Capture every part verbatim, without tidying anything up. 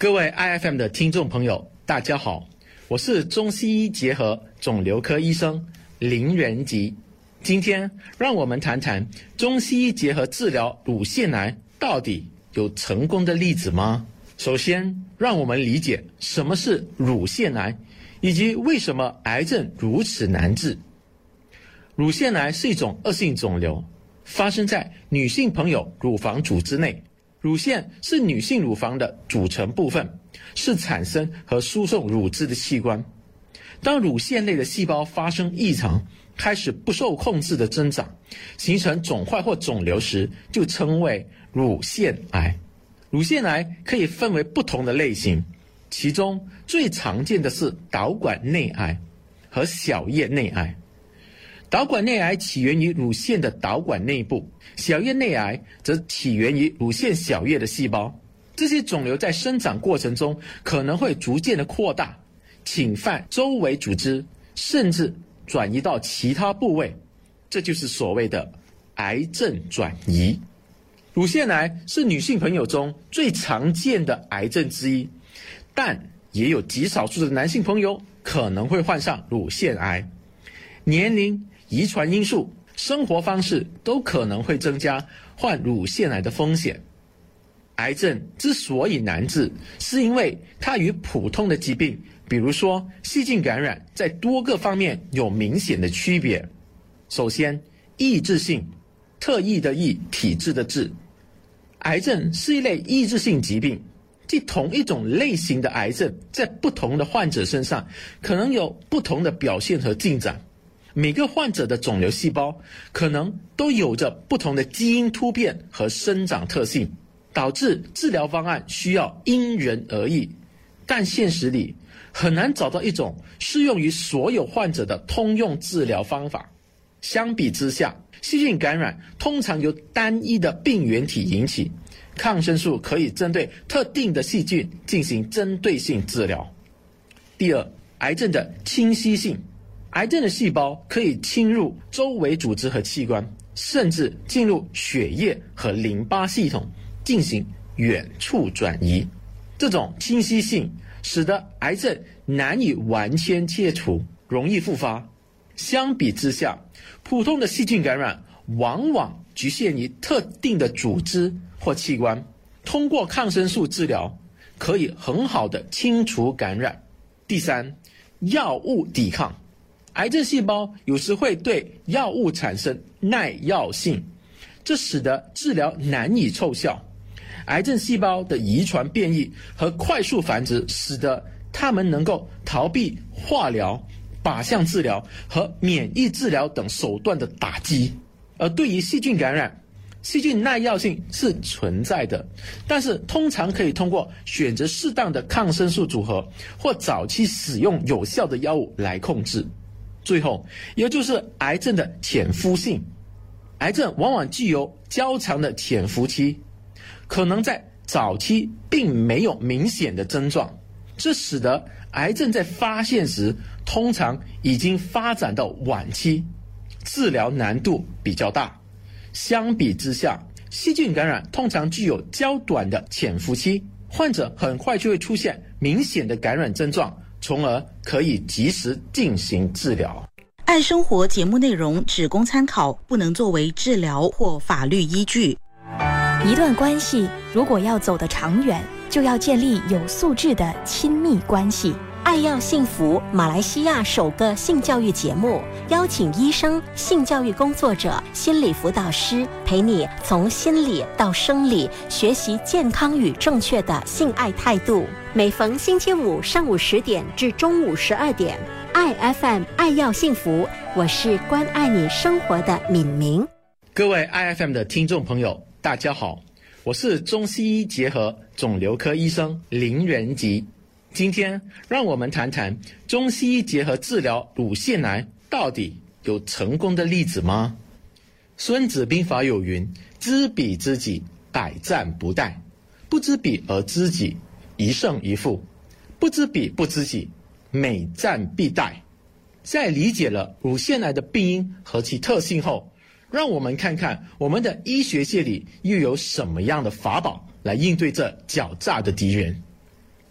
各位 I F M 的听众朋友，大家好，我是中西医结合肿瘤科医生林仁吉。今天让我们谈谈中西医结合治疗乳腺癌到底有成功的例子吗？首先，让我们理解什么是乳腺癌，以及为什么癌症如此难治。乳腺癌是一种恶性肿瘤，发生在女性朋友乳房组织内。乳腺是女性乳房的组成部分，是产生和输送乳汁的器官。当乳腺内的细胞发生异常，开始不受控制的增长，形成肿块或肿瘤时，就称为乳腺癌。乳腺癌可以分为不同的类型，其中最常见的是导管内癌和小叶内癌。导管内癌起源于乳腺的导管内部，小叶内癌则起源于乳腺小叶的细胞。这些肿瘤在生长过程中可能会逐渐的扩大，侵犯周围组织，甚至转移到其他部位，这就是所谓的癌症转移。乳腺癌是女性朋友中最常见的癌症之一，但也有极少数的男性朋友可能会患上乳腺癌。年龄、遗传因素、生活方式都可能会增加患乳腺癌的风险。癌症之所以难治，是因为它与普通的疾病，比如说细菌感染，在多个方面有明显的区别。首先，抑制性，特异的异，体质的质。癌症是一类抑制性疾病，即同一种类型的癌症在不同的患者身上可能有不同的表现和进展。每个患者的肿瘤细胞可能都有着不同的基因突变和生长特性，导致治疗方案需要因人而异，但现实里很难找到一种适用于所有患者的通用治疗方法。相比之下，细菌感染通常由单一的病原体引起，抗生素可以针对特定的细菌进行针对性治疗。第二，癌症的侵袭性。癌症的细胞可以侵入周围组织和器官，甚至进入血液和淋巴系统，进行远处转移。这种侵袭性使得癌症难以完全切除，容易复发。相比之下，普通的细菌感染往往局限于特定的组织或器官，通过抗生素治疗可以很好的清除感染。第三，药物抵抗。癌症细胞有时会对药物产生耐药性，这使得治疗难以奏效。癌症细胞的遗传变异和快速繁殖使得它们能够逃避化疗、靶向治疗和免疫治疗等手段的打击。而对于细菌感染，细菌耐药性是存在的，但是通常可以通过选择适当的抗生素组合或早期使用有效的药物来控制。最后，也就是癌症的潜伏性。癌症往往具有较长的潜伏期，可能在早期并没有明显的症状，这使得癌症在发现时通常已经发展到晚期，治疗难度比较大。相比之下，细菌感染通常具有较短的潜伏期，患者很快就会出现明显的感染症状，从而可以及时进行治疗。 爱生活节目内容只供参考，不能作为治疗或法律依据。 一段关系如果要走得长远，就要建立有素质的亲密关系。爱要幸福，马来西亚首个性教育节目，邀请医生、性教育工作者、心理辅导师，陪你从心理到生理，学习健康与正确的性爱态度。每逢星期五上午十点至中午十二点，爱 F M 爱要幸福，我是关爱你生活的敏明。 各位 I F M 的听众朋友，大家好，我是中西医结合肿瘤科医生林仁吉。今天让我们谈谈中西医结合治疗乳腺癌到底有成功的例子吗？孙子兵法有云：知彼知己，百战不殆；不知彼而知己，一胜一负；不知彼不知己，每战必殆。在理解了乳腺癌的病因和其特性后，让我们看看我们的医学界里又有什么样的法宝来应对这狡诈的敌人。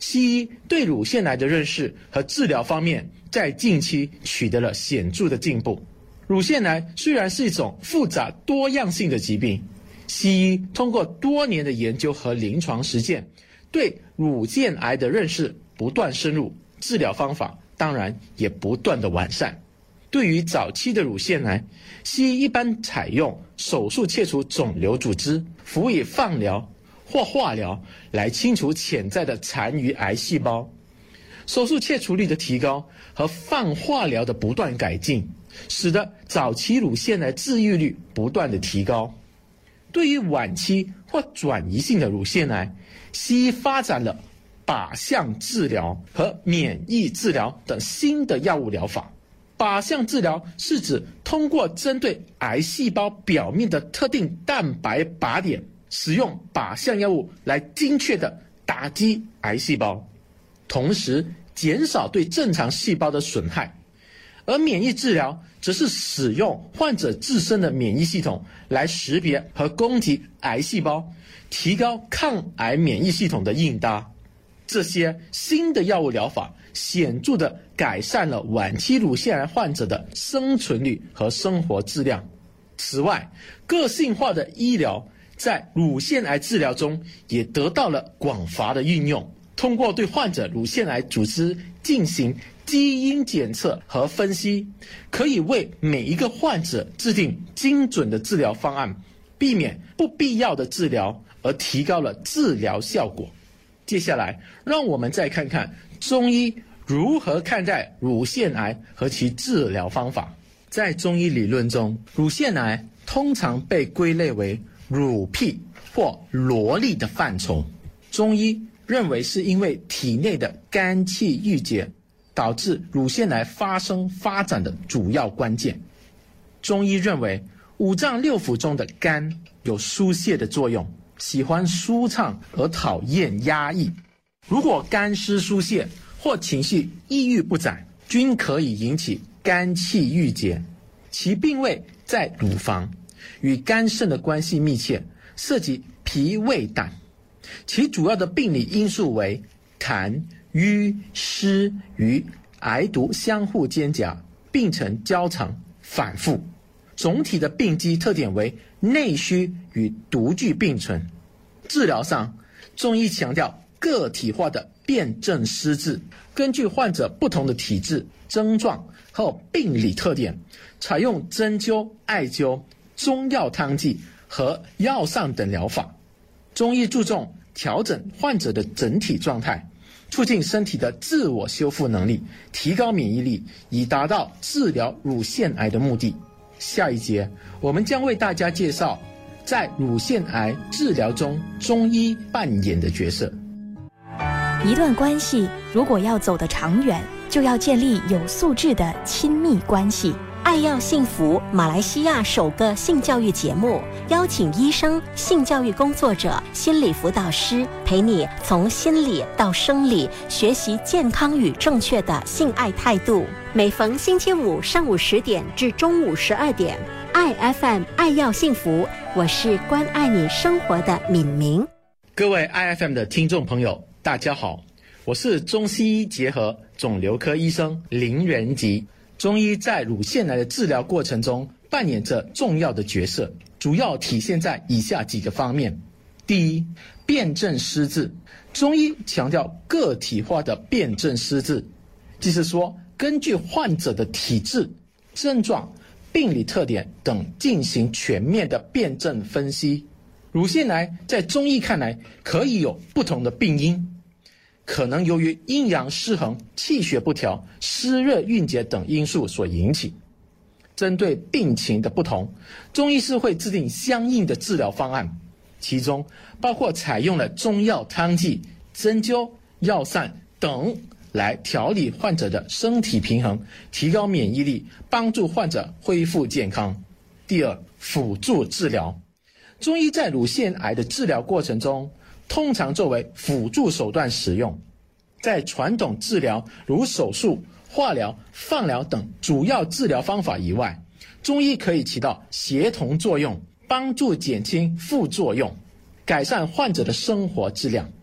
西医对乳腺癌的认识和治疗方面在近期取得了显著的进步。乳腺癌虽然是一种复杂多样性的疾病，西医通过多年的研究和临床实践，对乳腺癌的认识不断深入，治疗方法当然也不断的完善。对于早期的乳腺癌，西医一般采用手术切除肿瘤组织，辅以放疗或化疗来清除潜在的残余癌细胞。手术切除率的提高和放化疗的不断改进，使得早期乳腺癌治愈率不断的提高。对于晚期或转移性的乳腺癌，西医发展了靶向治疗和免疫治疗等新的药物疗法。靶向治疗是指通过针对癌细胞表面的特定蛋白靶点，使用靶向药物来精确地打击癌细胞，同时减少对正常细胞的损害。而免疫治疗则是使用患者自身的免疫系统来识别和攻击癌细胞，提高抗癌免疫系统的应答。这些新的药物疗法显著地改善了晚期乳腺癌患者的生存率和生活质量。此外，个性化的医疗在乳腺癌治疗中也得到了广泛的运用。通过对患者乳腺癌组织进行基因检测和分析，可以为每一个患者制定精准的治疗方案，避免不必要的治疗，而提高了治疗效果。接下来，让我们再看看中医如何看待乳腺癌和其治疗方法。在中医理论中，乳腺癌通常被归类为乳癖或萝莉的范畴。中医认为是因为体内的肝气郁结导致乳腺癌发生发展的主要关键。中医认为五脏六腑中的肝有疏泄的作用，喜欢舒畅而讨厌压抑。如果肝湿疏泄或情绪抑郁不展，均可以引起肝气郁结。其病位在乳房，与肝肾的关系密切，涉及脾胃胆。其主要的病理因素为痰、瘀、湿与癌毒相互兼夹，病程较长反复。总体的病机特点为内虚与独具并存。治疗上，中医强调个体化的辨证施治，根据患者不同的体质、症状和病理特点，采用针灸、艾灸、中药汤剂和药膳等疗法。中医注重调整患者的整体状态，促进身体的自我修复能力，提高免疫力，以达到治疗乳腺癌的目的。下一节我们将为大家介绍在乳腺癌治疗中中医扮演的角色。 一段关系如果要走得长远，就要建立有素质的亲密关系。爱要幸福马来西亚首个性教育节目，邀请医生、性教育工作者、心理辅导师，陪你从心理到生理学习健康与正确的性爱态度。每逢星期五上午十点至中午十二点，爱 F M 爱要幸福，我是关爱你生活的敏明。 各位 I F M 的听众朋友，大家好，我是中西医结合肿瘤科医生林仁吉。中医在乳腺癌的治疗过程中扮演着重要的角色，主要体现在以下几个方面。第一，辨证施治。中医强调个体化的辨证施治，即是说根据患者的体质、症状、病理特点等进行全面的辨证分析。乳腺癌在中医看来可以有不同的病因，可能由于阴阳失衡、气血不调、湿热蕴结等因素所引起。针对病情的不同，中医师会制定相应的治疗方案，其中包括采用了中药汤剂、针灸、药膳等来调理患者的身体平衡，提高免疫力，帮助患者恢复健康。第二，辅助治疗。中医在乳腺癌的治疗过程中通常作为辅助手段使用。在传统治疗如手术、化疗、放疗等主要治疗方法以外，中医可以起到协同作用，帮助减轻副作用，改善患者的生活质量。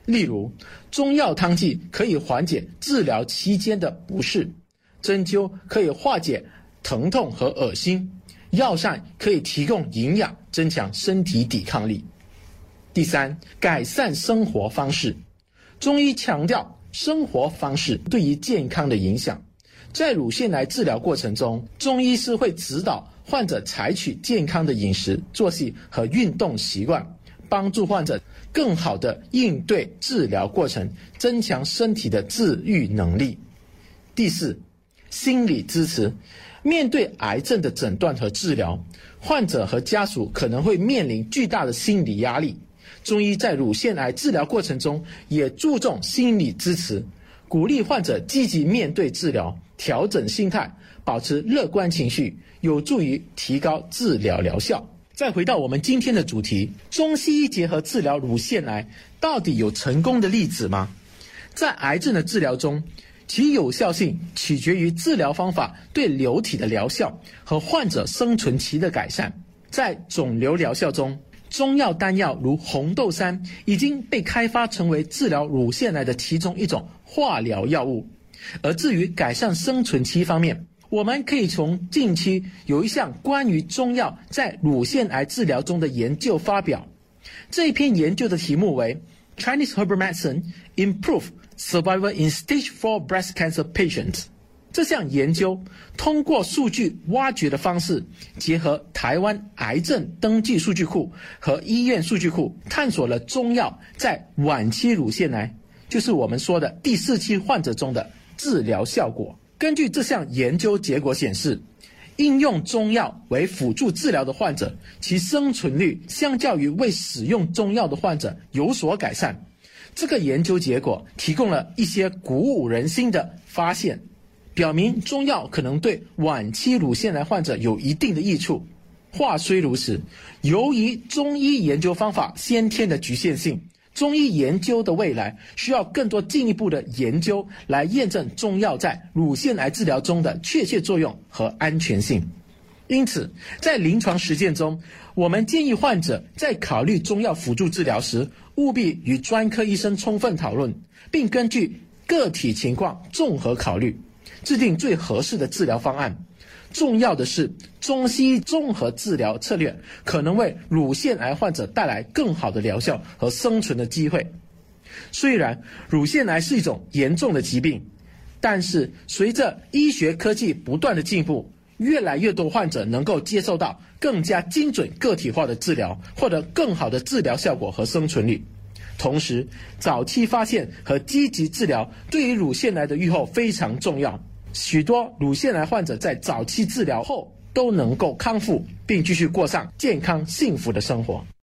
例如，中药汤剂可以缓解治疗期间的不适，针灸可以化解疼痛和恶心，药膳可以提供营养，增强身体抵抗力。第三，改善生活方式。中医强调生活方式对于健康的影响。在乳腺癌治疗过程中，中医师会指导患者采取健康的饮食、作息和运动习惯，帮助患者更好地应对治疗过程，增强身体的自愈能力。第四，心理支持。面对癌症的诊断和治疗，患者和家属可能会面临巨大的心理压力。中医在乳腺癌治疗过程中也注重心理支持，鼓励患者积极面对治疗，调整心态，保持乐观情绪，有助于提高治疗疗效。再回到我们今天的主题，中西医结合治疗乳腺癌，到底有成功的例子吗？在癌症的治疗中，其有效性取决于治疗方法对瘤体的疗效和患者生存期的改善。在肿瘤疗效中，中药单药如红豆杉已经被开发成为治疗乳腺癌的其中一种化疗药物。而至于改善生存期方面，我们可以从近期有一项关于中药在乳腺癌治疗中的研究发表。这一篇研究的题目为 Chinese Herbal Medicine Improve Survival in Stage four Breast Cancer Patients。 这项研究通过数据挖掘的方式，结合台湾癌症登记数据库和医院数据库，探索了中药在晚期乳腺癌，就是我们说的第四期患者中的治疗效果。根据这项研究结果显示，应用中药为辅助治疗的患者，其生存率相较于未使用中药的患者有所改善。这个研究结果提供了一些鼓舞人心的发现，表明中药可能对晚期乳腺癌患者有一定的益处。话虽如此，由于中医研究方法先天的局限性，中医研究的未来需要更多进一步的研究来验证中药在乳腺癌治疗中的确切作用和安全性。因此，在临床实践中，我们建议患者在考虑中药辅助治疗时，务必与专科医生充分讨论，并根据个体情况综合考虑，制定最合适的治疗方案。重要的是，中西医综合治疗策略可能为乳腺癌患者带来更好的疗效和生存的机会。虽然乳腺癌是一种严重的疾病，但是随着医学科技不断的进步，越来越多患者能够接受到更加精准个体化的治疗，获得更好的治疗效果和生存率。同时，早期发现和积极治疗对于乳腺癌的预后非常重要。许多乳腺癌患者在早期治疗后都能够康复，并继续过上健康幸福的生活。